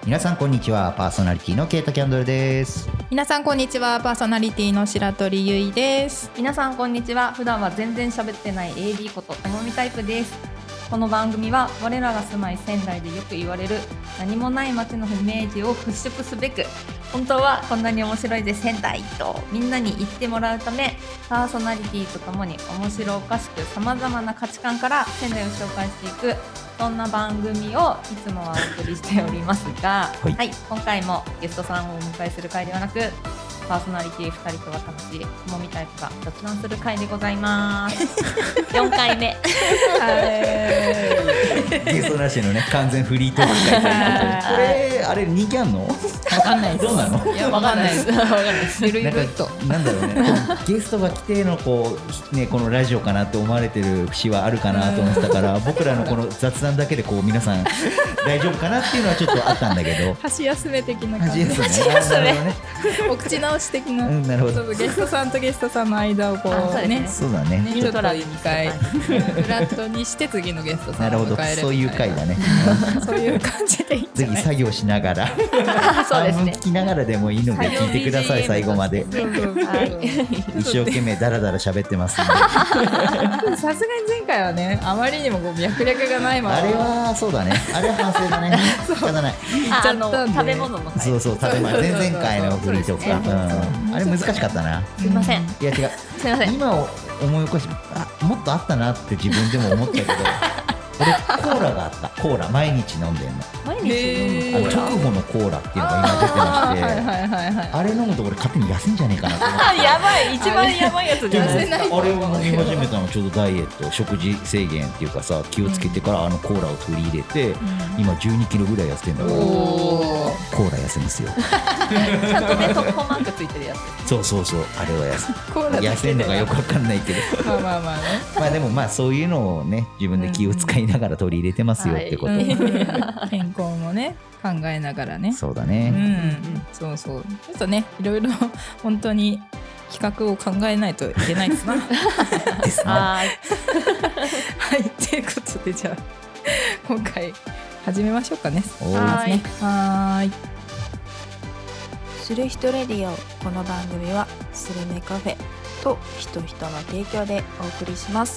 皆さんこんにちは。パーソナリティのケイタキャンドルです。 皆さんこんにちは。パーソナリティの白鳥ゆいです。 皆さんこんにちは。普段は全然喋ってない AD ことともみタイプです。この番組は我らが住まい仙台でよく言われる何もない街のイメージを払拭すべく、本当はこんなに面白いぜ仙台とみんなに言ってもらうため、パーソナリティとともに面白おかしくさまざまな価値観から仙台を紹介していく、そんな番組をいつもはお送りしておりますが、はい、今回もゲストさんをお迎えする回ではなく、パーソナリティ2人と私、ともみタイプが雑談する回でございます4回目ゲストなしのね、完全フリートーク会ということで、これあれ人気あんの？ わかんないです。 どうなの？ いや、わかんないです。わかんないです。 なんだろうね、ゲストが来てのこうね、このラジオかなって思われてる節はあるかなと思ってたから、僕らのこの雑談だけでこう皆さん大丈夫かなっていうのはちょっとあったんだけど、 箸休め的な感じ。 箸休め。 お口直し的な。 なるほど。 ゲストさんとゲストさんの間をこうね。 そうだね。 ちょっと一回フラットにして次のゲストさんを迎えるみたいな。 なるほど。そういう回だね。 そういう感じでいいんじゃない？ ぜひ作業しながら、 そうですね。 聞きながらでもいいので聞いてください。最後まで。一生懸命ダラダラ喋ってますんで。 さすがに前回はね、あまりにもこう脈絡がないまま。 あれはそうだね。あれは反省だね。仕方ない。 食べ物の回。 そうそう、食べ物。前々回のフリーとか。あれ難しかったな。 すいません。 いや違う。 すいません。 今思い起こし、もっとあったなって自分でも思ったけど、俺コーラがあった。コーラ毎日飲んでんの。 毎日飲む直後のコーラっていうのが今出てまして、あれ飲むと俺勝手に痩せんじゃねえかなと思って。 やばい、一番やばいやつじゃない。 あれを飲み始めたのちょうどダイエット、食事制限っていうかさ、気をつけてからあのコーラを取り入れて、今12キロぐらい痩せてんだから、コーラ痩せますよ。 ちゃんとね、トップマークついてるやつ。 そうそうそう、あれは痩せんのがよくわかんないけど、 まあね。 まあでもまあそういうのをね、自分で気を使いながら取り入れてますよってこと。 健康もね、考えながらね。 そうだね。 そうそう。ちょっとね、いろいろ本当に企画を考えないといけないですな。 ですね。 はい、ということで、じゃあ今回始めましょうかね。はい。 する人レディオ。この番組はスルメカフェと人人の提供でお送りします。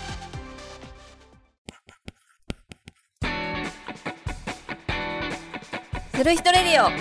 する人レディオ。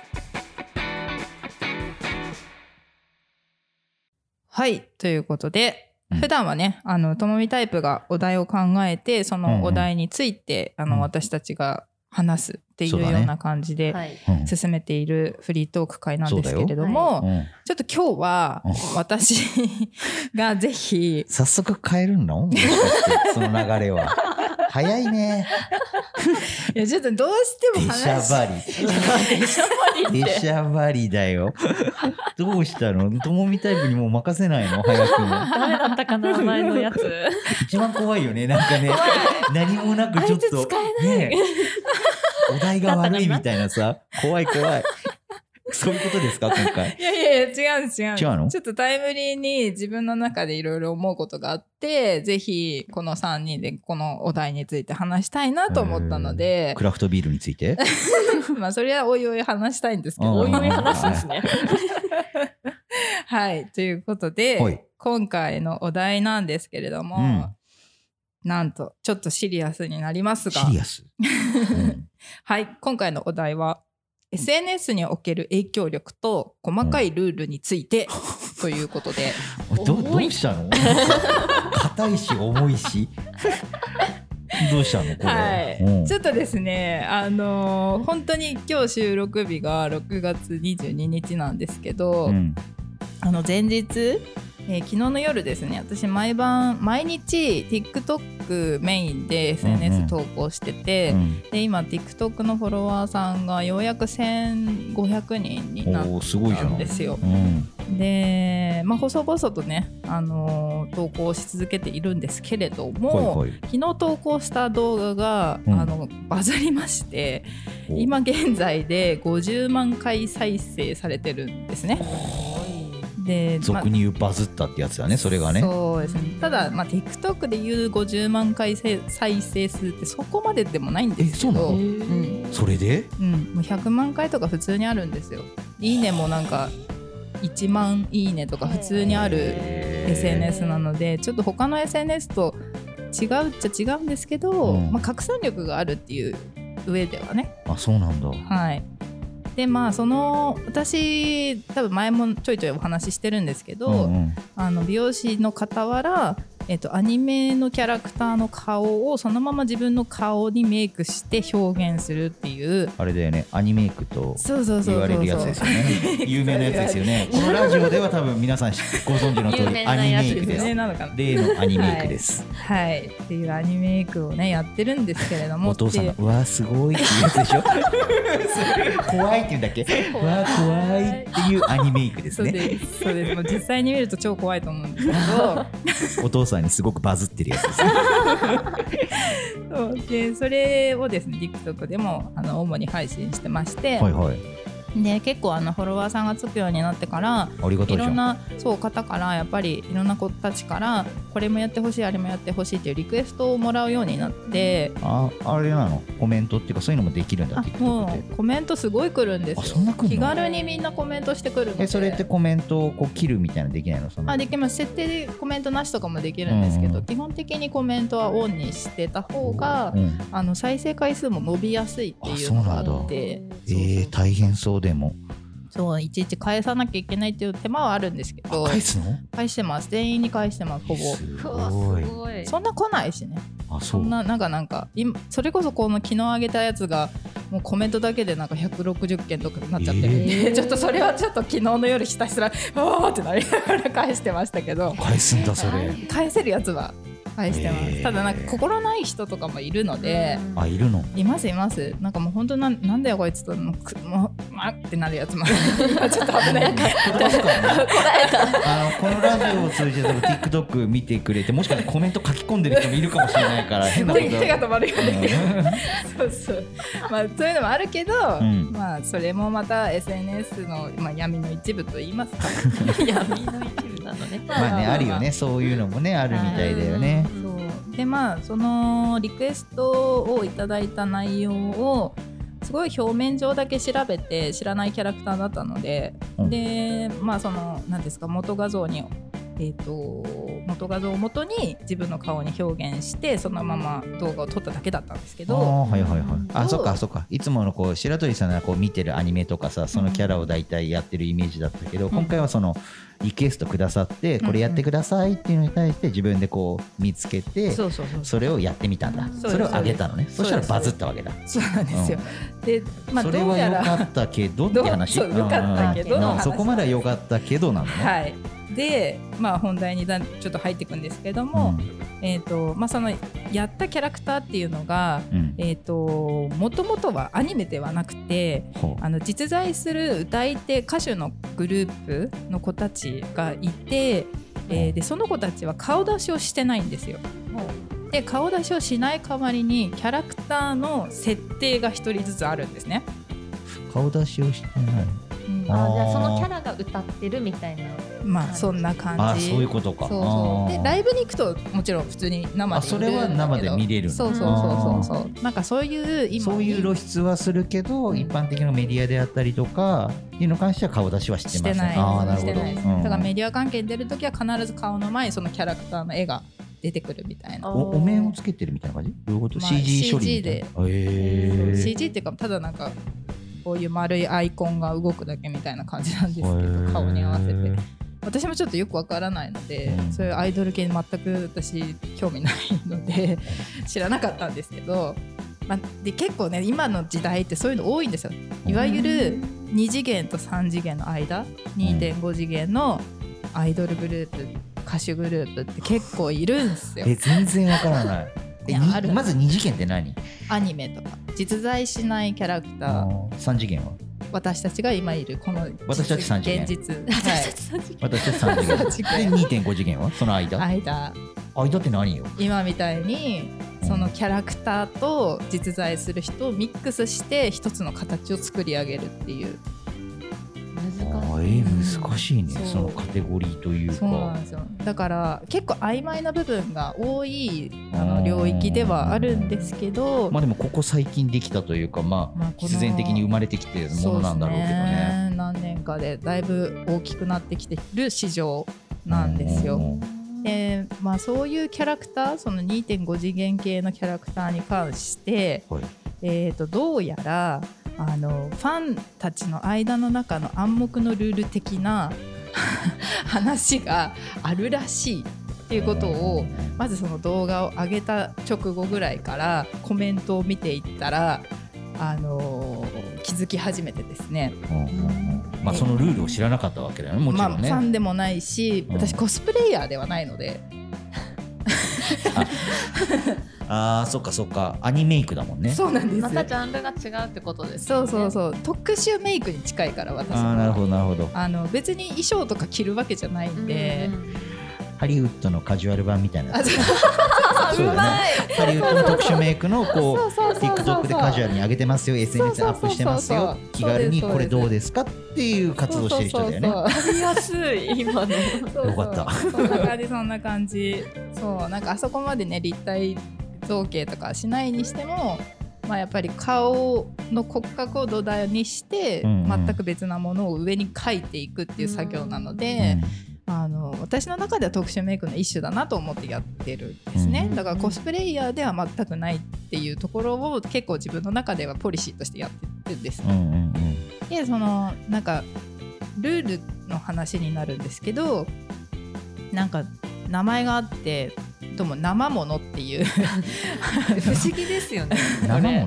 はい、ということで、普段はね、ともみタイプがお題を考えて、そのお題について、私たちが話すっていうような感じで進めているフリートーク会なんですけれども、ちょっと今日は私がぜひ早速変えるの？もしかしてその流れは早いね。 いや、ちょっとどうしても出しゃばり。出しゃばりだよ。どうしたの？ともみタイプにもう任せないの？早くも。 誰だったかな、前のやつ。 一番怖いよね。なんかね、何もなくちょっとね、お題が悪いみたいなさ、怖い。そういうことですか、今回。 いや違うんです。 違うの？ ちょっとタイムリーに自分の中でいろいろ思うことがあって、ぜひこの3人でこのお題について話したいなと思ったので。 クラフトビールについてまあそれはおいおい話したいんですけど。 おいおい話すんですね。 はい、ということで、今回のお題なんですけれども、なんとちょっとシリアスになりますが。 シリアス？ はい、今回のお題はSNS における影響力と細かいルールについてということで、 どうしたの？硬いし重いしどうしたのこれ？ はい、ちょっとですね、本当に今日収録日が6月22日なんですけど、前日昨日の夜ですね、私毎日 TikTok メインで SNS 投稿してて、で今 TikTok のフォロワーさんがようやく1500人になったんですよ。で、細々とね、投稿し続けているんですけれども、昨日投稿した動画が、バズりまして、今現在で50万回再生されてるんですね。 で俗に言うバズったってやつだね、それがね。 そうですね。ただ、TikTok でいう50万回再生数ってそこまででもないんですけど、 そうなの？それで？ もう100万回とか普通にあるんですよ。いいねもなんか1万いいねとか普通にある SNS なので、ちょっと他の SNS と違うっちゃ違うんですけど、拡散力があるっていう上ではね。 あ、そうなんだ。 はい。で私多分前もちょいちょいお話ししてるんですけど、美容師の傍ら、アニメのキャラクターの顔をそのまま自分の顔にメイクして表現するっていうあれだよね、アニメイクと言われるやつですよね。有名なやつですよね。このラジオでは多分皆さんご存知の通りアニメイクです。例のアニメイクです。 はい、っていうアニメイクをねやってるんですけれども、 お父さんがうわすごいっていうやつでしょ。怖いっていうんだっけ？うわ怖いっていうアニメイクですね。 そうです。もう実際に見ると超怖いと思うんですけど、 お父さんにすごくバズってるやつですね。 そうで、それをですね TikTok でも主に配信してまして、で結構フォロワーさんがつくようになってからいろんな方からやっぱりいろんな子たちからこれもやってほしいあれもやってほしいっていうリクエストをもらうようになって、 あれなのコメントっていうかそういうのもできるんだって。 もうコメントすごい来るんですよ。気軽にみんなコメントしてくるので。 それってコメントをこう切るみたいなのできないの？ できます。設定でコメントなしとかもできるんですけど、基本的にコメントはオンにしてた方が、再生回数も伸びやすいっていうのがあって、 大変そうでも。 そういちいち返さなきゃいけないっていう手間はあるんですけど。 返すの？ 返してます。全員に返してます。ほぼ。 すごい。 そんな来ないしね。 そんななんかそれこそこの昨日あげたやつがもうコメントだけでなんか160件とかになっちゃってるんで、ちょっとそれはちょっと昨日の夜ひたすらわーってなりながら返してましたけど。 返すんだそれ。 返せるやつは返してます。ただなんか心ない人とかもいるので。 いるの？ いますなんかもう本当なんだよこいつともうってなるやつもちょっと危ない。このラジオを通じてTikTok 見てくれてもしかしてコメント書き込んでる人もいるかもしれないから変なこと手が止まるよね。そうそう。そういうのもあるけど、それもまた SNS の闇の一部と言いますか。 闇の一部なのね。 あるよね、そういうのもねあるみたいだよね。 でそのリクエストをいただいた内容をすごい表面上だけ調べて知らないキャラクターだったので、でその何ですか元画像を元に自分の顔に表現してそのまま動画を撮っただけだったんですけど、 そっかいつもの白鳥さんが見てるアニメとかさ、そのキャラを大体やってるイメージだったけど、今回はそのリクエストくださってこれやってくださいっていうのに対して自分で見つけてそれをやってみたんだ。それをあげたのね。そしたらバズったわけだ。 そうなんですよ。でそれは良かったけどって話。 良かったけどそこまでは良かったけどなのね。 はい。で本題にちょっと入っていくんですけども、そのやったキャラクターっていうのがもともとはアニメではなくて実在する歌い手歌手のグループの子たちがいて、でその子たちは顔出しをしてないんですよ。で顔出しをしない代わりにキャラクターの設定が一人ずつあるんですね。 顔出しをしてない。 じゃあそのキャラが歌ってるみたいな。 そんな感じ。 そういうことか。 でライブに行くともちろん普通に生でそれは生で見れる。 そうなんかそういうそういう露出はするけど、一般的なメディアであったりとかっていうのに関しては顔出しはしてません。なるほど。 だからメディア関係に出るときは必ず顔の前にそのキャラクターの絵が出てくるみたいな。 お面をつけてるみたいな感じ？どういうこと？CG 処理みたいな。 CG っていうかただなんかこういう丸いアイコンが動くだけみたいな感じなんですけど、顔に合わせて。私もちょっとよくわからないので、そういうアイドル系に全く私興味ないので知らなかったんですけど、で結構ね今の時代ってそういうの多いんですよ。いわゆる2次元と3次元の間、2.5 次元のアイドルグループ、歌手グループって結構いるんですよ。 全然わからない。まず2次元って何？ アニメとか実在しないキャラクター。 3次元は私たちが今いるこの私たち3次元、 現実、 私たち3次元で 2.5 次元はその間って何よ？今みたいにそのキャラクターと実在する人をミックスして一つの形を作り上げるっていう。 難しいね、そのカテゴリーというか。 そうなんですよ。だから結構曖昧な部分が多い領域ではあるんですけど、 まあでもここ最近できたというか、まあ必然的に生まれてきているものなんだろうけどね。 何年かでだいぶ大きくなってきている市場なんですよ。でまあ、そういうキャラクター、その 2.5 次元系のキャラクターに関して、はい、どうやらファンたちの間の中の暗黙のルール的な話があるらしいっていうことを、まずその動画を上げた直後ぐらいからコメントを見ていったら、気づき始めてですね、 まあ、そのルールを知らなかったわけだよね、もちろんね。 まあ、ファンでもないし、私コスプレイヤーではないのでそっかそっか、アニメイクだもんね。 そうなんです。 またジャンルが違うってことですね。 そうそうそう、特殊メイクに近いから私は。 なるほどなるほど。 別に衣装とか着るわけじゃないんで、 ハリウッドのカジュアル版みたいな。 そうだね、 ハリウッドの特殊メイクのこう TikTok でカジュアルに上げてますよ、SNS でアップしてますよ、気軽にこれどうですかっていう活動してる人だよね。 わかりやすい今の。 よかった。 そんな感じ。そう、なんかあそこまでね立体造形とかしないにしても、まあ、やっぱり顔の骨格を土台にして、全く別なものを上に描いていくっていう作業なので、私の中では特殊メイクの一種だなと思ってやってるんですね。だからコスプレイヤーでは全くないっていうところを結構自分の中ではポリシーとしてやってるんです。でそのなんかルールの話になるんですけど、なんか名前があってとも生ものっていう不思議ですよね。 生もの？はい。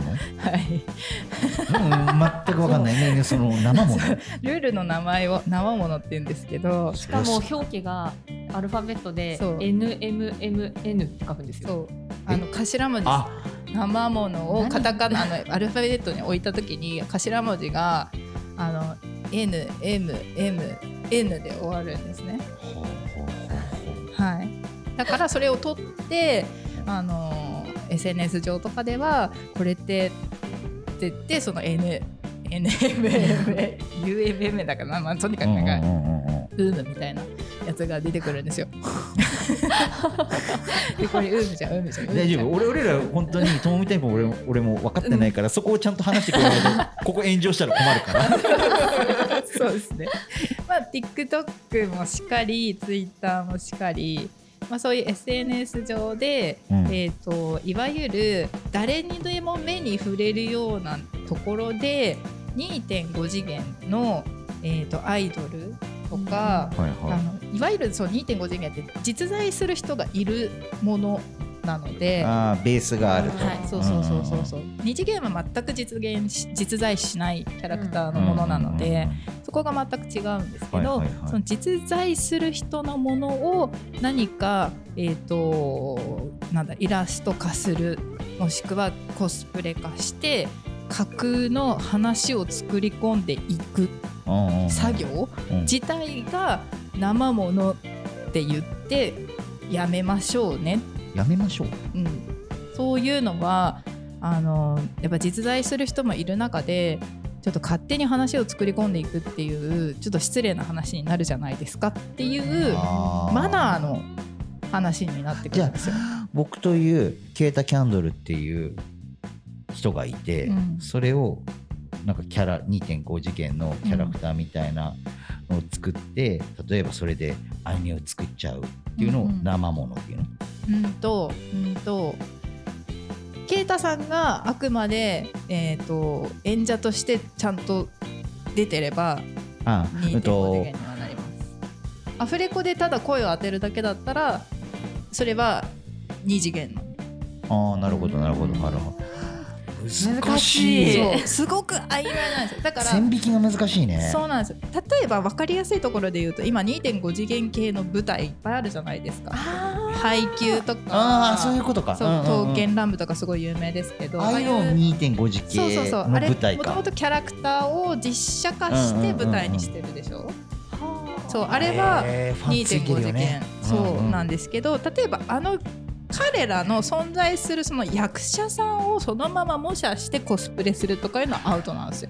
全く分かんないね。その生もの。 ルールの名前を生ものって言うんですけど、 しかも表記がアルファベットで NMMN って書くんですよ。そう。 頭文字。生ものをカタカナアルファベットに置いたときに頭文字がNMMN で終わるんですね。はい。だからそれを取ってSNS 上とかではこれってって言ってその NMM だから、まあ、とにかくなんかウームみたいなやつが出てくるんですよ。でこれウームじゃんウームじゃん。 大丈夫？俺ら本当にともみタイプ俺も分かってないから、そこをちゃんと話してくれないとここ炎上したら困るから。 そうですね。まあ TikTok もしかり Twitter もしかり、まあ、そういう SNS 上で、いわゆる誰にでも目に触れるようなところで 2.5 次元の、アイドルとか、いわゆるそう 2.5 次元って実在する人がいるものなので、 ベースがあると、 はい、そう2次元は全く実在しないキャラクターのものなので、そこが全く違うんですけど、その実在する人のものを何か、なんだイラスト化する、もしくはコスプレ化して架空の話を作り込んでいく作業自体が生ものって言ってやめましょうね。 やめましょう、 そういうのはやっぱ実在する人もいる中でちょっと勝手に話を作り込んでいくっていうちょっと失礼な話になるじゃないですかっていうマナーの話になってくるんですよ。 じゃあ僕というケータキャンドルっていう人がいて、それをなんかキャラ 2.5 次元のキャラクターみたいなのを作って、例えばそれでアニメを作っちゃうっていうのを生ものっていうの。 ケイタさんがあくまで、演者としてちゃんと出てれば 2.5 次元にはなります。アフレコでただ声を当てるだけだったらそれは2次元の。 なるほどなるほどなるほど。 難しい。 そうすごく曖昧なんですよ。だから線引きが難しいね。 そうなんですよ。例えば分かりやすいところで言うと今 2.5 次元系の舞台いっぱいあるじゃないですか。配給とかそういうことか。 刀剣乱舞とかすごい有名ですけど、 ああいう 2.5 次系の舞台か。 もともとキャラクターを実写化して舞台にしてるでしょ。そうあれは 2.5 次元そうなんですけど、例えば彼らの存在するその役者さんをそのまま模写してコスプレするとかいうのはアウトなんですよ。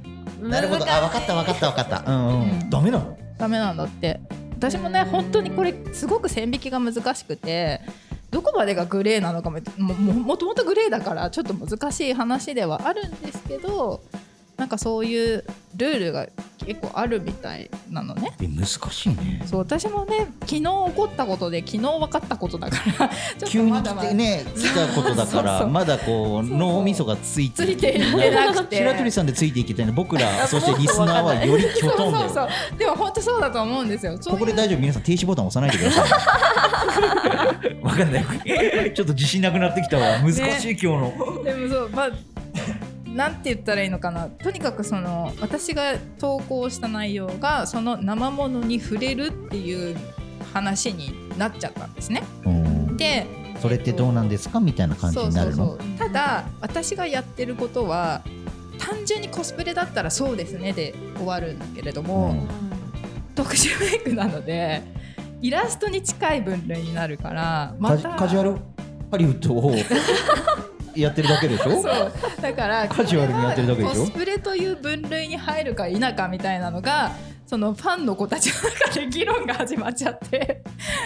なるほど。あ、分かった。ダメなの？ ダメなんだって。私もね本当にこれすごく線引きが難しくて、どこまでがグレーなのかもともとグレーだからちょっと難しい話ではあるんですけど、なんかそういうルールが結構あるみたいなのね。 難しいね。 そう、私もね昨日起こったことで昨日分かったことだから急に来てね来たことだからそうまだこう脳みそがついていけなくて白鳥さんでついていけたいの僕らそしてリスナーはよりきょとんでそうでも本当そうだと思うんですよ。 ここで大丈夫、皆さん停止ボタン押さないでください分かんないちょっと自信なくなってきたわ。難しい、ね、今日のでもそう、なんて言ったらいいのかな。とにかくその私が投稿した内容がその生ものに触れるっていう話になっちゃったんですね。でそれってどうなんですかみたいな感じになるの。 そうただ私がやってることは単純にコスプレだったらそうですねで終わるんだけれども、特殊メイクなのでイラストに近い分類になるからまたカジュアルハリウッドをやってるだけでしょ。 そうだからカジュアルにやってるだけでしょ。 コスプレという分類に入るか否かみたいなのがそのファンの子たちの中で議論が始まっちゃって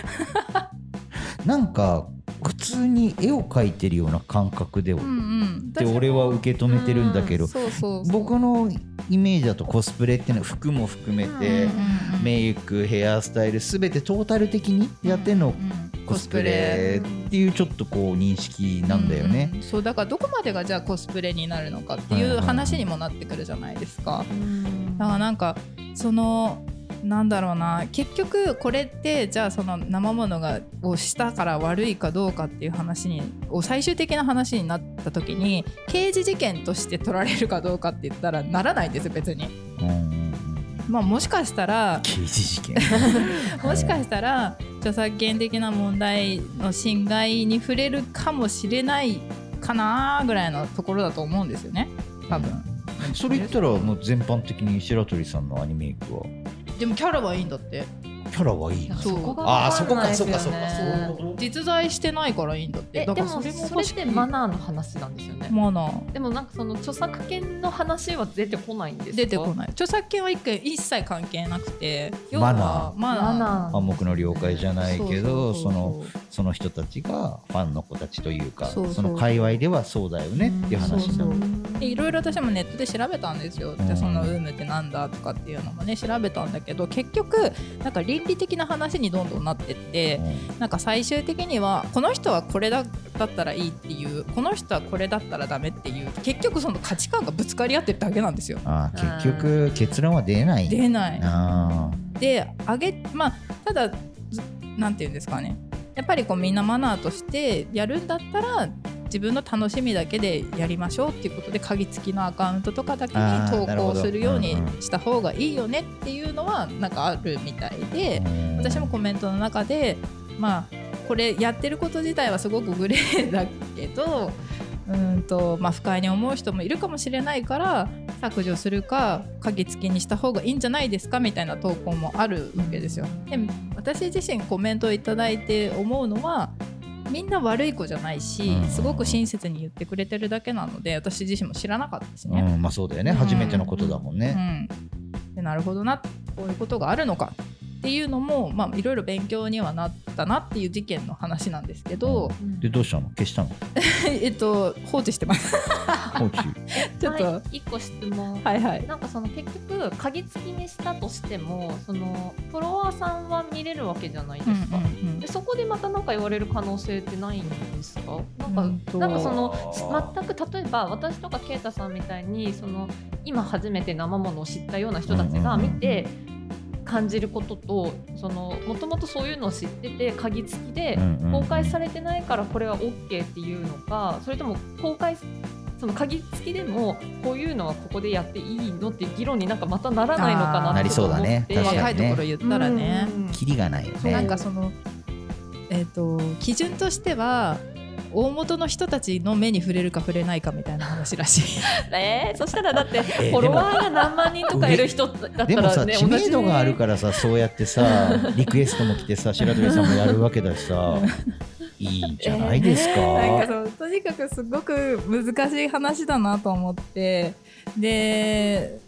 なんか普通に絵を描いてるような感覚で、って俺は受け止めてるんだけど、僕のイメージだとコスプレっていうのは服も含めてメイク、ヘアスタイル全てトータル的にやってるのコスプレっていうちょっとこう認識なんだよね。 そうだからどこまでがじゃあコスプレになるのかっていう話にもなってくるじゃないですか。だからなんかそのなんだろうな、結局これってじゃあその生ものをしたから悪いかどうかっていう話に最終的な話になった時に刑事事件として取られるかどうかって言ったらならないんですよ別に。もしかしたら刑事事件もしかしたら著作権的な問題の侵害に触れるかもしれないかなぐらいのところだと思うんですよね多分。 それ言ったらもう全般的に白鳥さんのアニメイクはでもキャラはいいんだって。 キャラはいい。 そこが分かんないですよね。 実在してないからいいんだって。だからでもそれってマナーの話なんですよね。 マナー。 でもなんかその著作権の話は出てこないんですか。 出てこない。著作権は一切関係なくて、 マナー暗黙の了解じゃないけど、その人たちがファンの子たちというか、その界隈ではそうだよねっていう話なの。 いろいろ私もネットで調べたんですよ。じゃあそのウームってなんだとかっていうのもね調べたんだけど、結局なんか倫理的な話にどんどんなってって、なんか最終的にはこの人はこれだったらいいっていう、この人はこれだったらダメっていう、結局その価値観がぶつかり合ってるだけなんですよ。 結局結論は出ない。 でただなんていうんですかね、やっぱりこうみんなマナーとしてやるんだったら自分の楽しみだけでやりましょうっていうことで鍵付きのアカウントとかだけに投稿するようにした方がいいよねっていうのはなんかあるみたいで、私もコメントの中でこれやってること自体はすごくグレーだけど不快に思う人もいるかもしれないから削除するか鍵付きにした方がいいんじゃないですかみたいな投稿もあるわけですよ。で私自身コメントをいただいて思うのは、みんな悪い子じゃないし、すごく親切に言ってくれてるだけなので、私自身も知らなかったですね。 そうだよね、初めてのことだもんね。 でなるほどな、こういうことがあるのかっていうのもいろいろ勉強にはなったなっていう事件の話なんですけど、 でどうしたの？消したの？ 放置してます放置ちょっと、 1個質問。なんかその結局鍵付きにしたとしてもそのフォロワーさんは見れるわけじゃないですか。でそこでまた何か言われる可能性ってないんですか？なんかその全く例えば私とかケイタさんみたいにその今初めて生ものを知ったような人たちが見て感じることと、もともとそういうのを知ってて鍵付きで公開されてないからこれは OK っていうのか、それともその鍵付きでもこういうのはここでやっていいのっていう議論になんかまたならないのかなって思って。 なりそうだね。 若いところ言ったらね、 キリがないよね。 なんかその基準としては大元の人たちの目に触れるか触れないかみたいな話らしいそしたらだってフォロワーが何万人とかいる人だったらね、 でもさ知名度があるからさ、そうやってさリクエストも来てさ白鳥さんもやるわけだしさいいじゃないですか。 なんかとにかくすごく難しい話だなと思って、で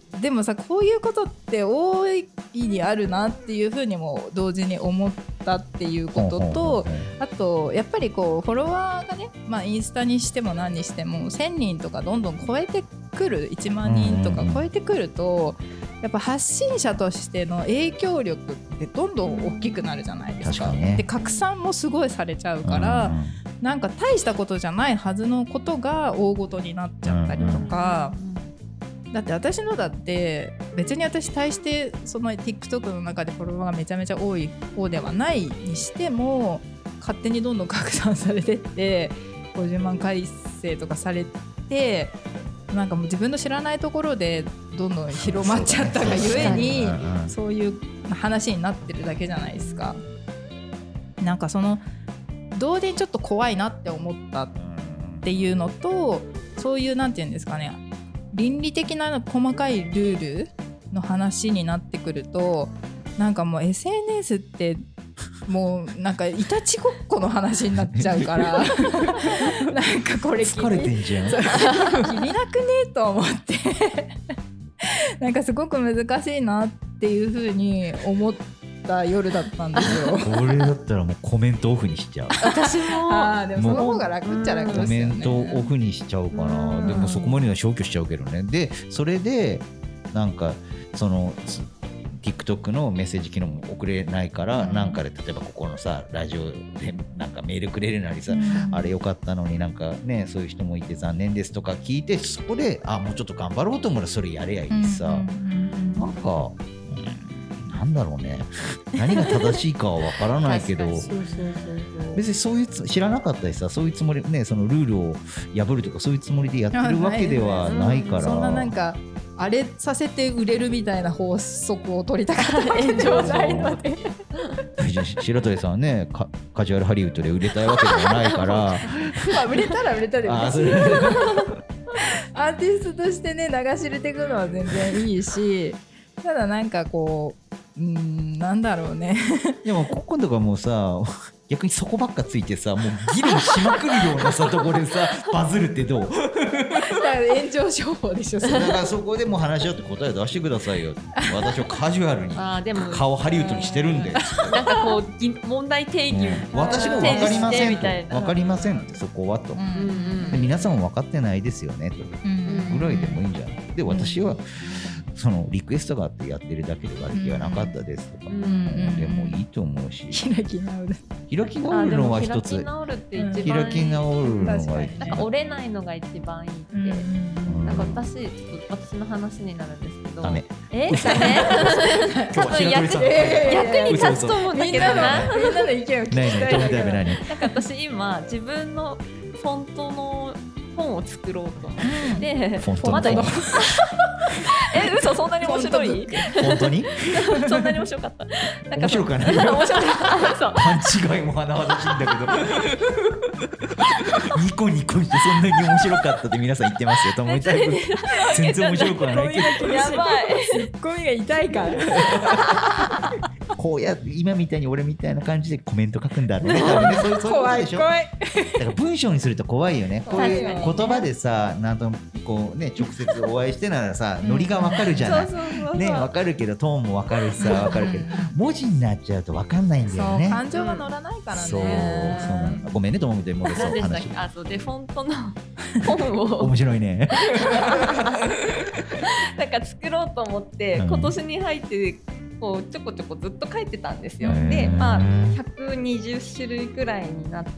でもさこういうことって大いにあるなっていうふうにも同時に思ったっていうことと、あとやっぱりこうフォロワーがね、インスタにしても何にしても1000人とかどんどん超えてくる、1万人とか超えてくると、やっぱ発信者としての影響力ってどんどん大きくなるじゃないですか。 確かにね。 で拡散もすごいされちゃうから、なんか大したことじゃないはずのことが大ごとになっちゃったりとか、だって私のだって別に私対してその TikTok の中でフォロワーがめちゃめちゃ多い方ではないにしても、勝手にどんどん拡散されてって50万回生とかされて、なんかもう自分の知らないところでどんどん広まっちゃったがゆえにそういう話になってるだけじゃないですか。なんかその同時にちょっと怖いなって思ったっていうのと、そういうなんていうんですかね、倫理的な細かいルールの話になってくると、なんかもう SNS ってもうなんかいたちごっこの話になっちゃうからなんかこれ疲れてんじゃん気になくねと思ってなんかすごく難しいなっていう風に思った夜だったんですよ。 これだったらもうコメントオフにしちゃう。 私もでもその方が楽っちゃ楽ですよね。 コメントオフにしちゃうかな。でもそこまでは消去しちゃうけどね。でそれでなんかそのTikTok のメッセージ機能も送れないから、なんかで例えばここのさラジオでなんかメールくれるなりさ、あれよかったのになんかねそういう人もいて残念ですとか聞いて、そこでもうちょっと頑張ろうと思うらそれやれやいいしさ、なんかなんだろうね、何が正しいかは分からないけど別にそういう知らなかったりさ、そういうつもりね、そのルールを破るとかそういうつもりでやってるわけではないから、 そんななんかあれさせて売れるみたいな法則を取りたかったわけではないので白鳥さんはねカジュアルハリウッドで売れたいわけではないから売れたら売れたで嬉しいアーティストとしてね流し入れていくのは全然いいし、ただなんかこうなんだろうねでもここのとこはもうさ逆にそこばっかついてさ、もう議論しまくるようなさところでさバズるってどう？だから炎上商法でしょ。 だからそこでもう話し合って答え出してくださいよ。私はカジュアルに顔ハリウッドにしてるんで。 なんかこう問題定義、 私も分かりませんと、 分かりませんってそこはと、で皆さんも分かってないですよねと、ぐらいでもいいんじゃない。で私はそのリクエストがあってやってるだけで悪気はなかったですとか、でもいいと思うし、 開き直るのは一つ、 開き直るって一番開き直るのがなんか折れないのが一番いいって、なんか私の話になるんですけど、 ダメ多分役に立つと思うんだけどな、 みんなの意見を聞きたいから。 なんか私今自分のフォントの本を作ろうと思ってまだ嘘、そんなに面白い？ 本当に？ そんなに面白かった。なんか面白くない？ 面白かった。 勘違いも甚だしいんだけどニコニコしてそんなに面白かったって皆さん言ってますよ。と思いたい全然面白くはないけどやばい、 ツッコミが痛いからこうやって今みたいに俺みたいな感じでコメント書くんだろうね、多分ね。そういうことでしょ。 怖いだから文章にすると怖いよね。こういう言葉でさ、なんとこうね直接お会いしてならさノリがわかるじゃないね、わかるけどトーンもわかるしさ、わかるけど文字になっちゃうとわかんないんだよね。 そう、感情が乗らないからね。 そうなんだ。ごめんねともみと戻そう話。 そうでフォントの本を面白いねなんか作ろうと思って今年に入ってこうちょこちょこずっと書いてたんですよ。で、120種類くらいになって、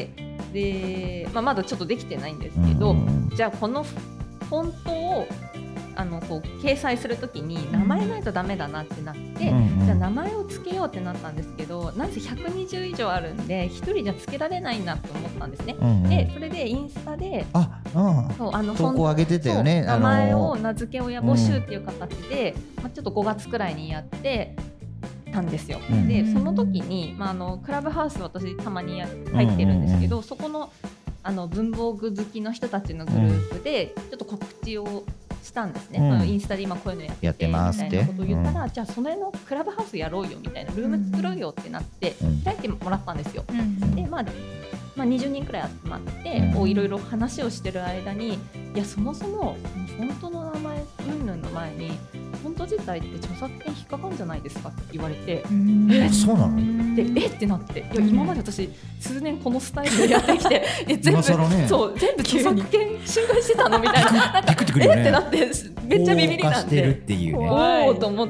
で、まだちょっとできてないんですけど、じゃあこのフォントをこう掲載するときに名前ないとダメだなってなって、じゃあ名前を付けようってなったんですけど、なんせ120以上あるんで1人じゃ付けられないなと思ったんですね。でそれでインスタで投稿上げてたよね。 名前を名付け親募集っていう形で、ちょっと5月くらいにやってたんですよ。でその時に、クラブハウス私たまに入ってるんですけど、そこの文房具好きの人たちのグループでちょっと告知をしたんですね。インスタで今こういうのやってますみたいなことを言ったら、じゃあその辺のクラブハウスやろうよみたいな、ルーム作ろうよってなって開いてもらったんですよ。で20人くらい集まっていろいろ話をしてる間に、いやそもそもフォントの名前うんぬんの前にフォント自体って著作権引っかかるんじゃないですかって言われて、 そうなの？ でってなって、いや今まで私数年このスタイルでやってきて全部、そう全部著作権侵害してたのみたいな、なんかってなってめっちゃビビりなんで、おおと思って、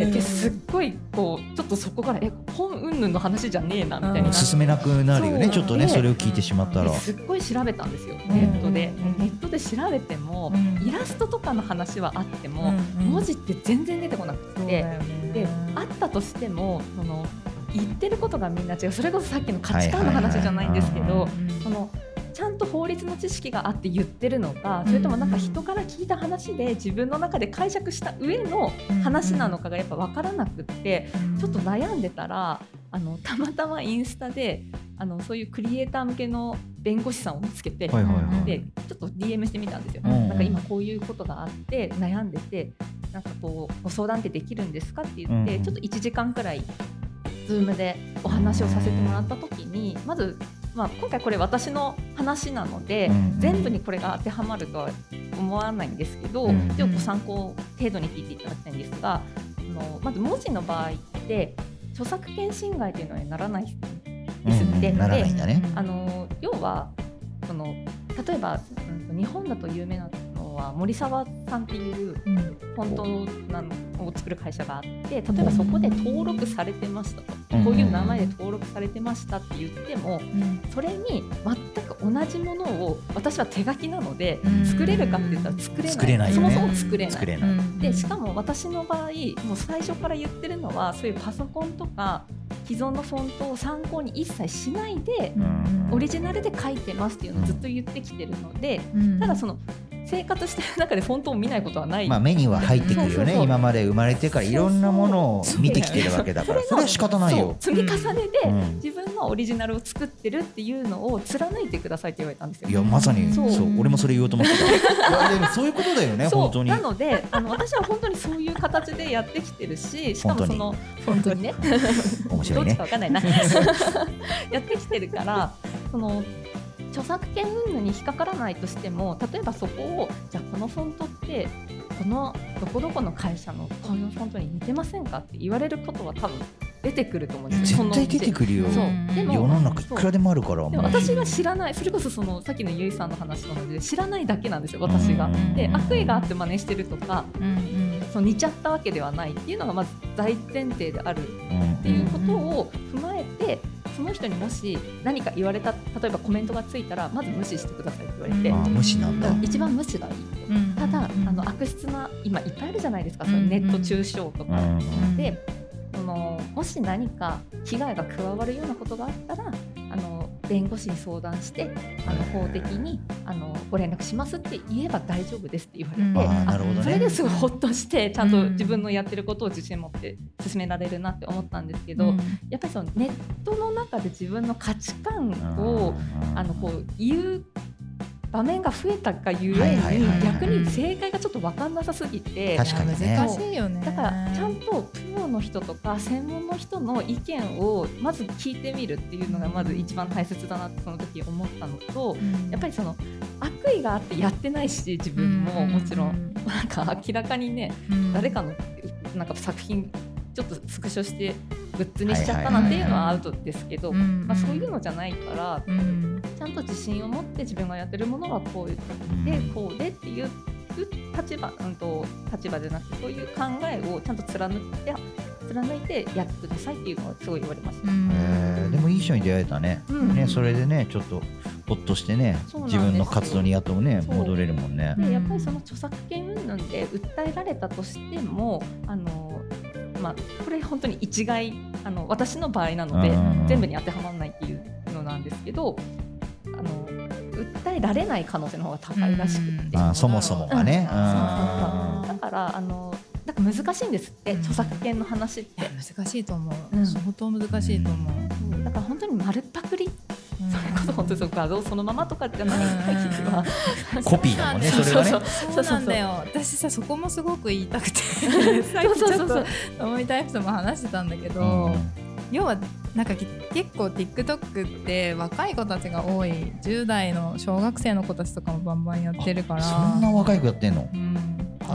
ですっごいこうちょっとそこから本云々の話じゃねえなみたいな、 進めなくなるよね、ちょっとねそれを聞いてしまったら。 すっごい調べたんですよ、ネットで調べても、イラストとかの話はあっても、文字って全然出てこなくて、であったとしてもその言ってることがみんな違う。それこそさっきの価値観の話じゃないんですけど、そのちゃんと法律の知識があって言ってるのか、それともなんか人から聞いた話で自分の中で解釈した上の話なのかがやっぱ分からなくって、ちょっと悩んでたらたまたまインスタでそういうクリエイター向けの弁護士さんを見つけて、でちょっと DM してみたんですよ。なんか今こういうことがあって悩んでて、なんかこうご相談ってできるんですかって言って、ちょっと1時間くらいZoom でお話をさせてもらった時に、まず、今回これ私の話なので、全部にこれが当てはまるとは思わないんですけど、でご参考程度に聞いていただきたいんですが、まず文字の場合って著作権侵害というのはならないですって。 ならないんだね。 要はその例えば日本だと有名なのは森沢さんっていうフォントを作る会社があって、例えばそこで登録されてましたと、こういう名前で登録されてましたって言っても、それに全く同じものを私は手書きなので作れるかって言ったら作れない、そもそも作れない。でしかも私の場合もう最初から言ってるのは、そういうパソコンとか既存のフォントを参考に一切しないでオリジナルで書いてますっていうのをずっと言ってきてるので、ただその生活してる中でフォントを見ないことはない、 目には入ってくるよね。今まで生まれてからいろんなものを見てきてるわけだから、それは仕方ないよ。 積み重ねで自分のオリジナルを作ってるっていうのを貫いてくださいって言われたんですよ。 いやまさにそう、俺もそれ言おうと思ってた。でもそういうことだよね、本当に。 なので私は本当にそういう形でやってきてるし、しかもその本当にね面白いね、 どっちか分かんないなやってきてるから、その著作権云々に引っかからないとしても、例えばそこをじゃあこのフォントってこのどこどこの会社のこのフォントに似てませんかって言われることは多分出てくると思うんですよ。 絶対出てくるよ。でも世の中いくらでもあるから。 でも私が知らない、それこそそのさっきのゆいさんの話なので知らないだけなんですよ、私が。で悪意があって真似してるとか、その似ちゃったわけではないっていうのがまず大前提であるっていうことを踏まえて、その人にもし何か言われた、例えばコメントがついたらまず無視してくださいって言われて、 無視なんだ。 一番無視がいい。ただ悪質な今いっぱいあるじゃないですか、そのネット中傷とかで、もし何か被害が加わるようなことがあったら弁護士に相談して法的にご連絡しますって言えば大丈夫ですって言われて、それですごいほっとしてちゃんと自分のやってることを自信持って進められるなって思ったんですけど、やっぱりそのネットの中で自分の価値観をこう言う場面が増えたがゆえに、逆に正解がちょっと分かんなさすぎて、 確かにね、 難しいよね。 だからちゃんとプロの人とか専門の人の意見をまず聞いてみるっていうのがまず一番大切だなってその時思ったのと、やっぱりその悪意があってやってないし、自分ももちろんなんか明らかにね、誰かのなんか作品ちょっとスクショしてグッズにしちゃったなんていうのはアウトですけど、そういうのじゃないから、ちゃんと自信を持って自分がやってるものはこうでこうでっていう立場じゃなくて、そういう考えをちゃんと貫いてやってくださいっていうのはすごい言われました。 でもいい人に出会えたね。それでねちょっとほっとしてね、自分の活動にやっとね戻れるもんね。 でやっぱりその著作権云々で訴えられたとしてもこれ本当に一概私の場合なので全部に当てはまらないっていうのなんですけど、訴えられない可能性の方が高いらしくて、 そもそもがね。 だから難しいんですって、著作権の話って。 難しいと思う、相当難しいと思う。 だから本当に丸パクリ、それこそ本当に画像そのままとかじゃない限りはコピーだもんね、それはね。 そうなんだよ。私さ、そこもすごく言いたくてさっきちょっとともみタイプとも話してたんだけど、要はなんか結構 TikTok って若い子たちが多い、10代の小学生の子たちとかもバンバンやってるから。 そんな若い子やってんの？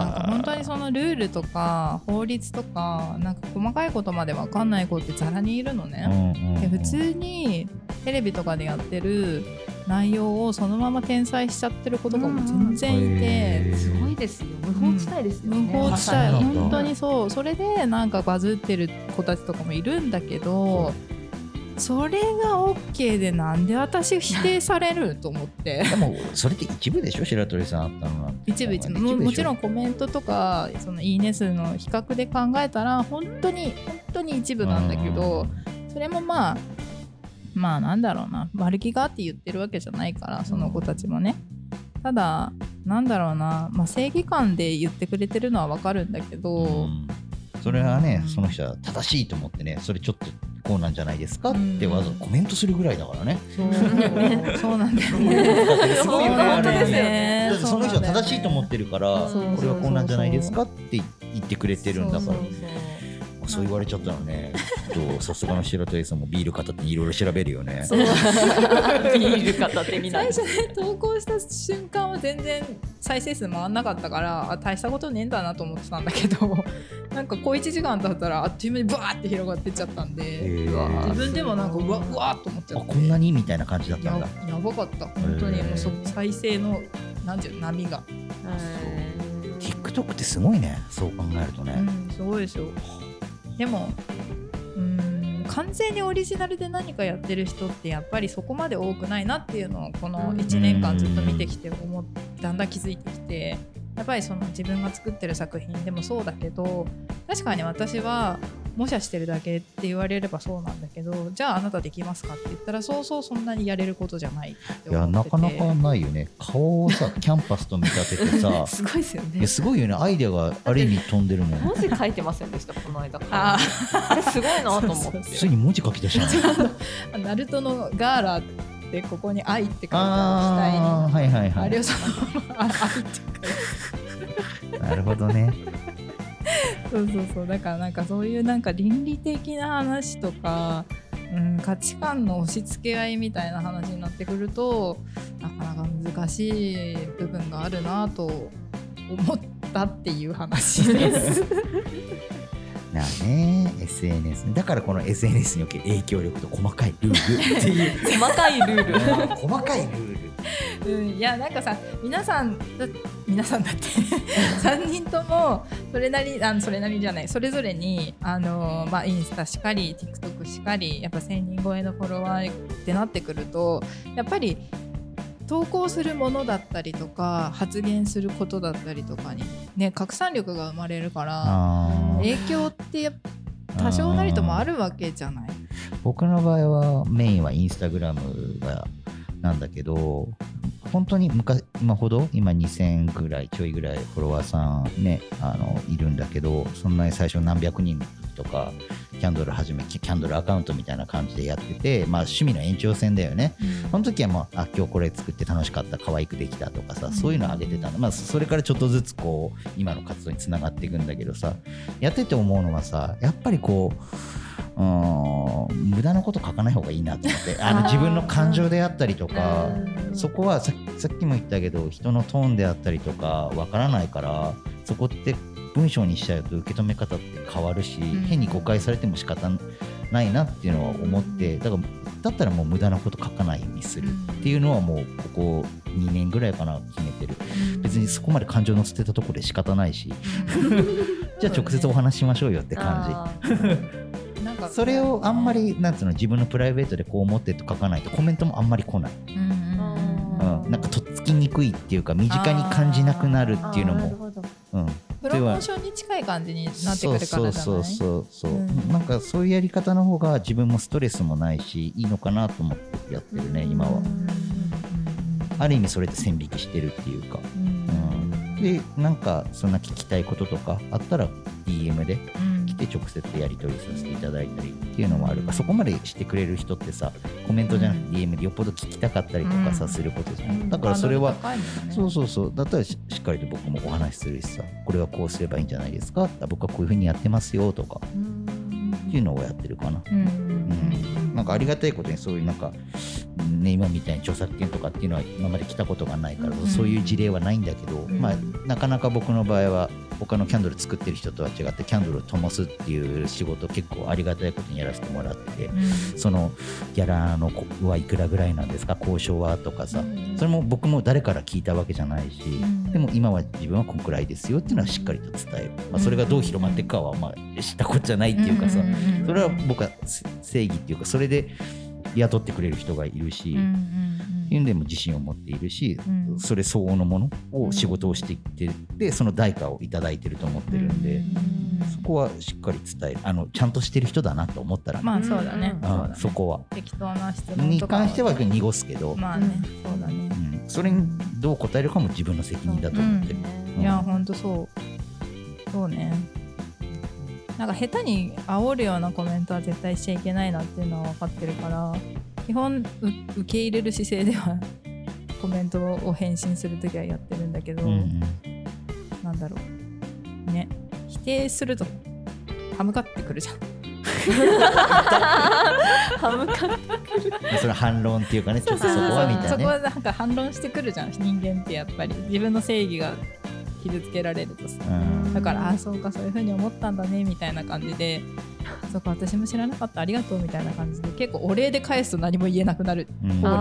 なんか本当にそのルールとか法律とかなんか細かいことまで分かんない子ってざらにいるのね、で普通にテレビとかでやってる内容をそのまま転載しちゃってる子とかも全然いて、 すごいですよ。無法地帯ですよね。 無法地帯、本当にそう。それでなんかバズってる子たちとかもいるんだけど、それが OK でなんで私否定されると思ってでもそれって一部でしょ、白鳥さんあったのは。 一部もちろんコメントとかそのいいね数の比較で考えたら本当に一部なんだけど、それもまあなんだろうな、丸気があって言ってるわけじゃないからその子たちもね。ただなんだろうな、正義感で言ってくれてるのはわかるんだけど、 それはね、その人は正しいと思ってね、それちょっとこうなんじゃないですかってわざわざコメントするぐらいだからね。 そうなんだよね。 すごいよね、 本当ですよね。 だってその人は正しいと思ってるから、これはこうなんじゃないですかって言ってくれてるんだから。そう言われちゃったのね。さすがの白鳥さんもビール片手にいろいろ調べるよね。 ビール片手になる。 最初ね投稿した瞬間は全然再生数回んなかったから大したことねえんだなと思ってたんだけど、なんか小1時間経ったらあっという間にバーって広がってっちゃったんで、自分でもなんかうわーと思っちゃって、 こんなにみたいな感じだったんだ。 やばかった本当に。もう再生のなんていうの波が。 TikTok ってすごいね、そう考えるとね。 すごいですよ。でも完全にオリジナルで何かやってる人ってやっぱりそこまで多くないなっていうのをこの1年間ずっと見てきてだんだん気づいてきて、やっぱりその自分が作ってる作品でもそうだけど、確かに私は模写してるだけって言われればそうなんだけど、じゃああなたできますかって言ったらそんなにやれることじゃないって思ってて。いやなかなかないよね。顔をさキャンパスと見立ててさすごいですよね。 いやすごいよね、アイデアがある意味飛んでるもん。 文字書いてませんでしたこの間。あれすごいなと思って。 普通に文字書き出したのナルトのガーラってここに愛って書いてある下に、あれをそのまま愛って書いてなるほどね。 そうだからなんかそういうなんか倫理的な話とか、価値観の押し付け合いみたいな話になってくるとなかなか難しい部分があるなと思ったっていう話ですなあね、SNS だからこの SNS における影響力と細かいルールっていう細かいルール細かいルール、 いやなんかさ皆さんだって3人ともそれなりじゃない、それぞれにインスタしかり TikTok しかりやっぱ1000人超えのフォロワーってなってくると、やっぱり投稿するものだったりとか発言することだったりとかにね拡散力が生まれるから影響って多少なりともあるわけじゃない。 僕の場合はメインはインスタグラムがなんだけど、本当に今ほど今2000ぐらいちょいぐらいフォロワーさんねいるんだけど、そんなに最初何百人とかキャンドルアカウントみたいな感じでやってて、趣味の延長線だよね。その時はもう今日これ作って楽しかった、可愛くできたとかさ、そういうのを上げてたの。それからちょっとずつこう今の活動につながっていくんだけどさ、やってて思うのはさ、やっぱりこう無駄なこと書かない方がいいなと思って自分の感情であったりとか、そこはさっきも言ったけど人のトーンであったりとかわからないから、そこって文章にしちゃうと受け止め方って変わるし、変に誤解されても仕方ないなっていうのは思って、だったらもう無駄なこと書かないようにするっていうのはもうここ2年ぐらいかな決めてる。別にそこまで感情乗せてたところで仕方ないしじゃあ直接お話しましょうよって感じなんかそれをあんまりなんつうの自分のプライベートでこう思ってと書かないとコメントもあんまり来ない、なんかとっつきにくいっていうか身近に感じなくなるっていうのも、 プロモーションに近い感じになってくるからじゃない。 そう、なんかそういうやり方の方が自分もストレスもないしいいのかなと思ってやってるね今は。ある意味それで線引きしてるっていうか、でなんかそんな聞きたいこととかあったら DM で来て直接やり取りさせていただいたりっていうのもあるから、そこまでしてくれる人ってさコメントじゃなくて DM でよっぽど聞きたかったりとかさすることじゃん。だからそれはそうだったらしっかりと僕もお話しするしさ、これはこうすればいいんじゃないですか、僕はこういう風にやってますよとかっていうのをやってるかな。 なんかありがたいことにそういうなんか、ね、今みたいに著作権とかっていうのは今まで来たことがないから、そういう事例はないんだけど、まあ、なかなか僕の場合は他のキャンドル作ってる人とは違ってキャンドルを灯すっていう仕事結構ありがたいことにやらせてもらって、そのギャラのはいくらぐらいなんですか、交渉はとかさ、それも僕も誰から聞いたわけじゃないし、でも今は自分はこんくらいですよっていうのはしっかりと伝える、まあ、それがどう広まっていくかはまあ知ったことじゃないっていうかさ、それは僕は正義っていうか、それで雇ってくれる人がいるし、っていうんでも自信を持っているし、それ相応のものを仕事をしていってでその代価をいただいてると思ってるんで、そこはしっかり伝える、ちゃんとしてる人だなと思ったら、 まあそうだね、 そこは適当な質問にとか関しては濁すけど、 まあね、そうだね、 それにどう答えるかも自分の責任だと思ってる。 いやほんとそうね。なんか下手に煽るようなコメントは絶対しちゃいけないなっていうのは分かってるから、基本受け入れる姿勢ではコメントを返信するときはやってるんだけど、なんだろうね、否定すると歯向かってくるじゃん。 歯向かってくる。 それ反論っていうかね、ちょっとそこはみたいなね。 そこはなんか反論してくるじゃん、人間ってやっぱり自分の正義が傷つけられるとさ、だからそうかそういう風に思ったんだねみたいな感じで、そうか私も知らなかったありがとうみたいな感じで結構お礼で返すと何も言えなくなる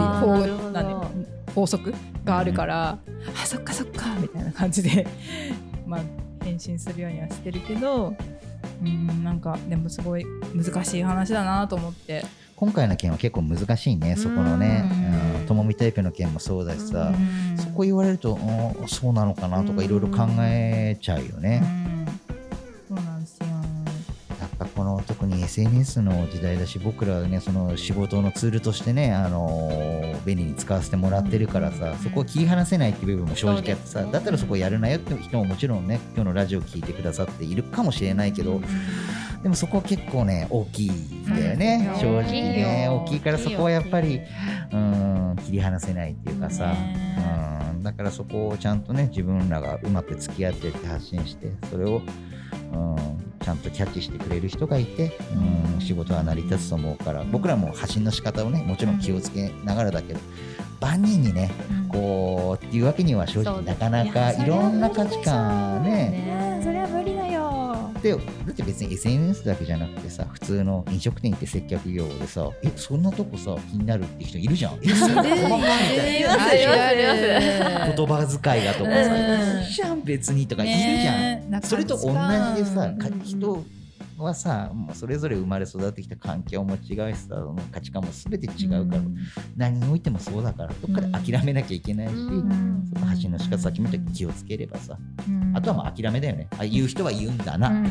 法則があるから、あそっかそっかみたいな感じでまあ返信するようにはしてるけど、なんかでもすごい難しい話だなと思って。 今回の件は結構難しいね、そこのね、ともみタイプの件もそうだしさ、そこ言われるとそうなのかなとかいろいろ考えちゃうよね。 そうなんですよ。 やっぱこの特に SNS の時代だし、僕らはねその仕事のツールとしてね便利に使わせてもらってるからさ、そこを切り離せないっていう部分も正直あってさ、だったらそこやるなよって人ももちろんね今日のラジオ聞いてくださっているかもしれないけど、でもそこは結構ね大きいんだよね、正直ね大きいから、そこはやっぱり切り離せないっていうかさ、だからそこをちゃんとね自分らがうまく付き合ってって発信して、それをちゃんとキャッチしてくれる人がいて、仕事は成り立つと思うから、僕らも発信の仕方をねもちろん気をつけながらだけど、万人にねこうっていうわけには正直なかなかいろんな価値観ね、 それは無理だよ。 だって別に SNS だけじゃなくてさ、普通の飲食店行って接客業でさ、そんなとこさ気になるって人いるじゃん。そんな細かいみたいな言葉遣いがとかさ、いいじゃん別にとかいるじゃん。それと同じでさ、人はさそれぞれ生まれ育ってきた環境も違うしさ、価値観も全て違うから、何においてもそうだから、どっかで諦めなきゃいけないし、その発信の仕方さっきも言った気をつければさ、あとはもう諦めだよね。言う人は言うんだな、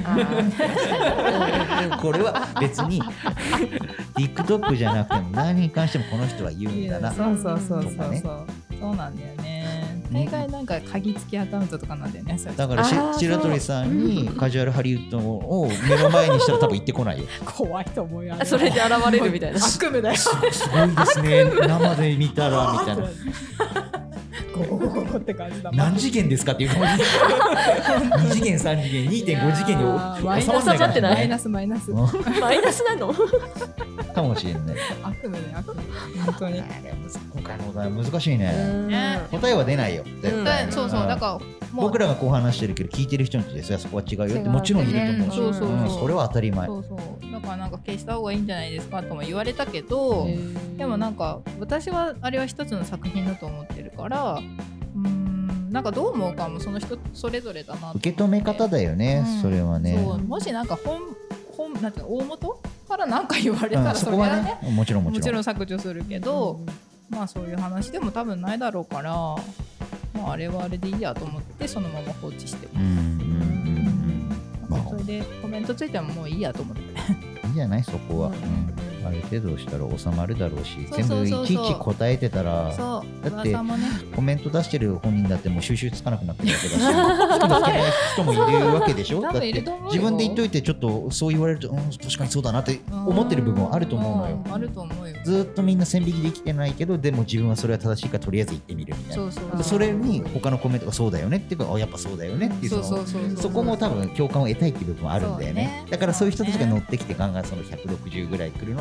これは別に TikTok じゃなくても何に関してもこの人は言うんだな、 そうなんだよね。大概なんか鍵付きアカウントとかなんだよね。 だから白鳥さんにカジュアルハリウッドを目の前にしたら多分行ってこないよ。 怖いと思うよ。 それで現れるみたいな。 悪夢だよ。 すごいですね。生で見たらみたいな。 ゴって感じだ。 何次元ですかっていう感じ。2次元3次元 2.5 次元に収まらないから。 マイナスマイナスなのかもしれない。 悪夢だよ悪夢。本当に。 今回のお題難しいね。答えは出ないよ。絶対。 そうだから僕らがこう話してるけど聞いてる人にとってそこは違うよってもちろんいると思うし、それは当たり前。 だからなんか消した方がいいんじゃないですかとも言われたけど、でもなんか私はあれは一つの作品だと思ってるから、なんかどう思うかもその人それぞれだな。 受け止め方だよね、それはね。 もしなんかなんていうの大元から何か言われたらそれはね、もちろん削除するけど、まあそういう話でも多分ないだろうから、まああれはあれでいいやと思ってそのまま放置してます。それでコメントついてももういいやと思って。 いいじゃないそこは。ある程度したら収まるだろうし、全部いちいち答えてたら、だってコメント出してる本人だってもう収集つかなくなってるわけだし、つけない人もいるわけでしょ。だって自分で言っといてちょっとそう言われると、確かにそうだなって思ってる部分はあると思うのよ。 あると思うよ。 ずっとみんな線引きできてないけど、でも自分はそれは正しいからとりあえず言ってみるみたいな。それに他のコメントがそうだよねっていうか、やっぱそうだよねっていう、そこも多分共感を得たいっていう部分もあるんだよね。だからそういう人たちが乗ってきてガンガンその160ぐらい来るのは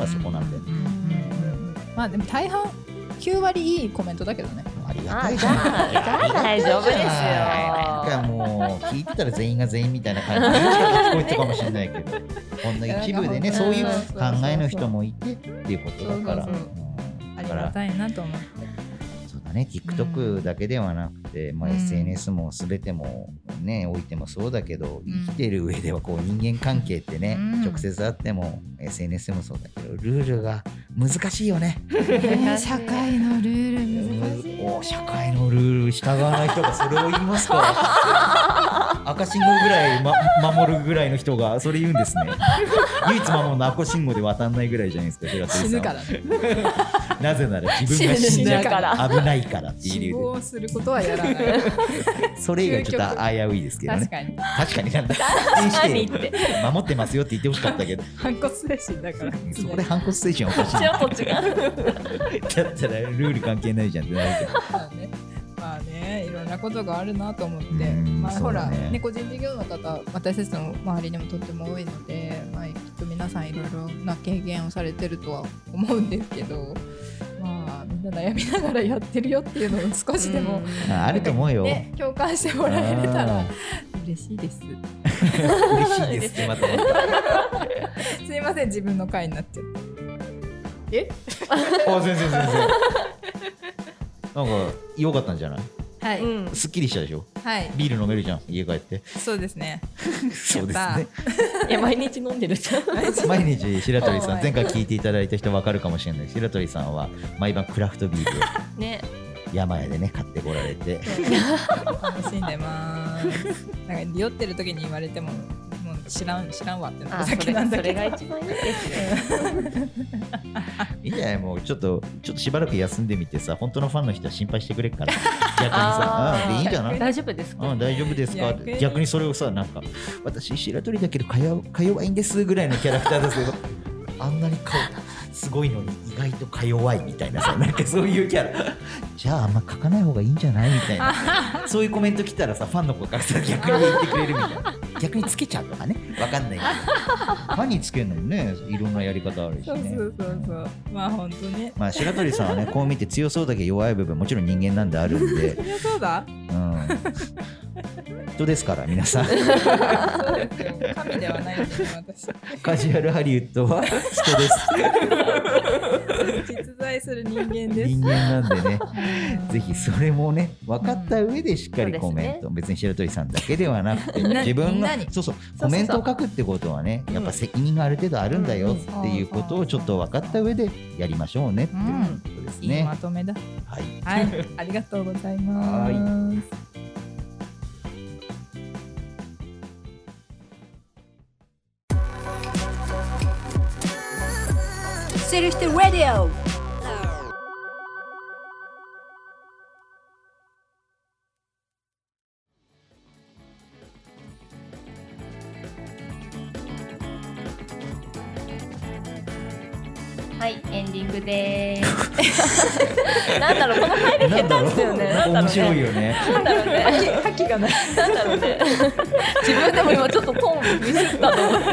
そこなんで、 まあでも大半9割いいコメントだけどね。 ありがたいじゃん。 じゃあ大丈夫ですよ。 なんかもう聞いてたら全員が全員みたいな感じで聞こえたかもしれないけど、ほんの一部でね、そういう考えの人もいてっていうことだから、 ありがたいなと思って。 そうだね、TikTok だけではなくて、まあ、SNS も全てもね、おいてもそうだけど、生きてる上ではこう人間関係ってね、直接あっても SNS でもそうだけど、ルールが難しいよね。 社会のルール難しいよね。 社会のルール従わない人がそれを言いますか。赤信号ぐらい、守るぐらいの人がそれ言うんですね。唯一守るの赤信号で渡んないぐらいじゃないですか、白鳥さん。 死ぬからね。 なぜなら自分が死んじゃうから危ないからっていう理由で。 死亡することはやらない。 それ以外ちょっと危ういですけどね。確かになんだ。守ってますよって言ってほしかったけど。 反骨精神だから。 そこで反骨精神はおかしい。 だったらルール関係ないじゃんってなるけど。 まあね、いろんなことがあるなと思って、まあほら、ね、個人事業の方、私たちの周りにもとっても多いので、まあ、きっと皆さんいろいろな経験をされてるとは思うんですけど、まあみんな悩みながらやってるよっていうのを少しでもあると思うよ、 ね、共感してもらえれたら嬉しいです。 嬉しいですってまたすいません、自分の回になっちゃって。 全然なんか良かったんじゃない？ はい、 すっきりしたでしょ。 はい、 ビール飲めるじゃん、家帰って。 そうですね。 そうですね。 いや、毎日飲んでるじゃん。 毎日白鳥さん、前回聞いていただいた人分かるかもしれない。白鳥さんは毎晩クラフトビールをね、 山屋でね買ってこられて楽しんでます。なんか酔ってる時に言われてももう知らんわってなるだけなんだけど、 それが一番いいですよ。 いいんじゃない？もうちょっとしばらく休んでみてさ、本当のファンの人は心配してくれるから逆にさ、でいいんじゃない？ 大丈夫ですか？ 大丈夫ですか？逆にそれをさ、なんか私白鳥だけどか弱いんですぐらいのキャラクターですけどあんなに顔すごいのに意外とか弱いみたいなさ、なんかそういうキャラじゃああんま書かない方がいいんじゃないみたいなそういうコメント来たらさ、ファンの子がさ逆に言ってくれるみたいな、逆につけちゃうとかね、わかんないけどファンにつけるのもね、いろんやり方あるしね。 そうまあ本当ね、 まあ白鳥さんはねこう見て強そうだけど弱い部分もちろん人間なんであるんで強そうだ、 人ですから皆さんそうですよ、神ではないんでね、私カジュアルハリウッドは人です実在する人間です。 人間なんでねぜひそれもね分かった上でしっかりコメント、別に白鳥さんだけではなくて自分がコメントを書くってことはね、やっぱ責任がある程度あるんだよっていうことをちょっと分かった上でやりましょうねっていうことですね。 いいまとめだ。 はい、 ありがとうございます。 する人ラディオ。 はい、エンディングでーす。なんだろう、この入り下手ですよね。 面白いよね。 なんだろうね。 覇気がない。 なんだろうね。自分でも今ちょっとトーンミスったと思って。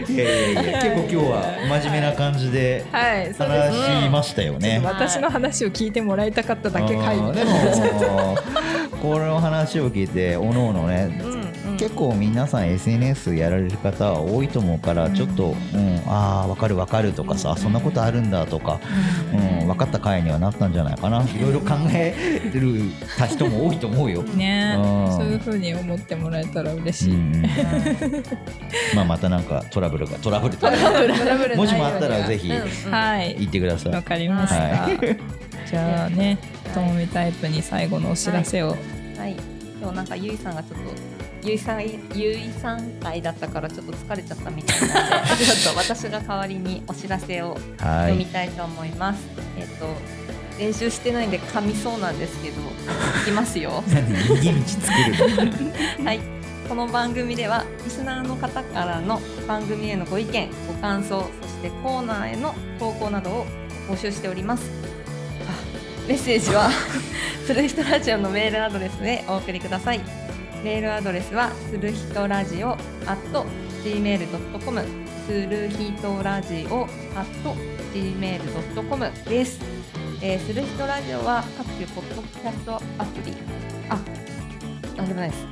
いや結構今日は真面目な感じで話しましたよね。 私の話を聞いてもらいたかっただけ会議。 でもこの話を聞いておのおのね、結構皆さん SNS やられる方は多いと思うから、ちょっと、ああ分かるとかさ、そんなことあるんだとか、分かった回にはなったんじゃないかな。いろいろ考えてるた人も多いと思うよ。 ね、そういう風に思ってもらえたら嬉しい。 まあまたなんかトラブルもしもあったらぜひ言ってください。 わかりました。じゃあね、ともみタイプに最後のお知らせを。 はい。今日なんかゆいさんがちょっとゆいさん会だったからちょっと疲れちゃったみたいなのでちょっと私が代わりにお知らせを読みたいと思います。練習してないんで噛みそうなんですけど、いきますよ。 なんで逃げ道作るの？ はい。この番組ではリスナーの方からの番組へのご意見、ご感想、そしてコーナーへの投稿などを募集しております。メッセージはする人ラジオのメールアドレスでお送りください。メールアドレスはする人ラジオ@gmail.com、 するひとラジオ @gmail.com です。するひとラジオは各種ポッドキャストアプリなんでもないです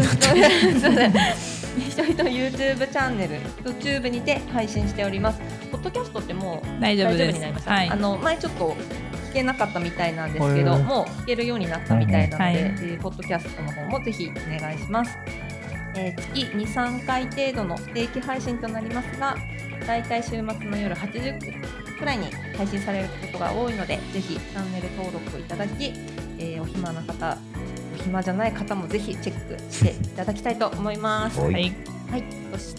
ひとひと YouTube チャンネル YouTube にて配信しております。ポッドキャストってもう大丈夫になりました、はい、前ちょっと聞けなかったみたいなんですけど、もう聞けるようになったみたいなので、ポッドキャストの方もぜひお願いします。月 2,3 回程度の不定期配信となりますが、だいたい週末の夜8時くらいに配信されることが多いので、ぜひチャンネル登録いただき、お暇な方、お暇じゃない方もぜひチェックしていただきたいと思います。はい、そして、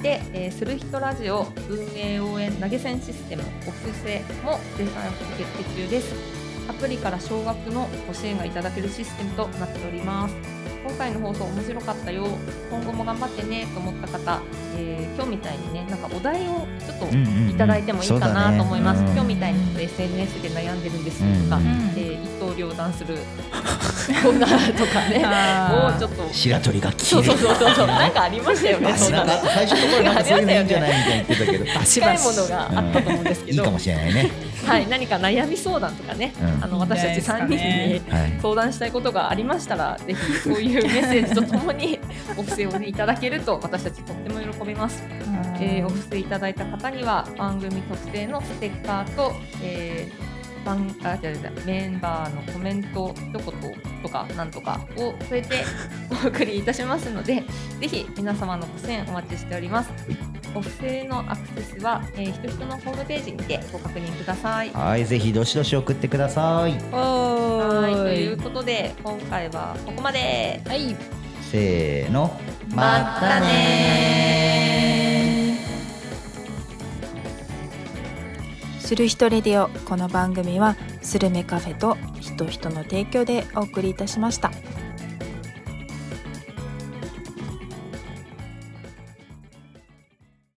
するひとラジオ運営応援投げ銭システムお布施も絶賛決定中です。アプリから少額のご支援がいただけるシステムとなっております。今回の放送面白かったよ、今後も頑張ってねと思った方、今日みたいにね、なんかお題をちょっといただいてもいいかなと思います。今日みたいに SNS で悩んでるんですとか、一刀両断するコーナーとかねをちょっと白鳥が消えるなんかありましたよね。 最初の頃なんかそういうのいいんじゃないみたいに言ってたけど、 近いものがあったと思うんですけど、 いいかもしれないね。 はい、何か悩み相談とかね、私たち3人に相談したいことがありましたら、ぜひそういうメッセージとともにお布施を、ね、いただけると私たちとっても喜びます。お布施いただいた方には番組特製のステッカーと、メンバーのコメント一言とかなんとかを添えてお送りいたしますので、ぜひ皆様のご支援お待ちしております。お布施のアクセスは、ひとひとのホームページにてご確認ください。 はい、ぜひどしどし送ってください。 はい、ということで今回はここまで。 はい、 せーの、 またね。 するひとレディオ、この番組はスルメカフェとひとひとの提供でお送りいたしました。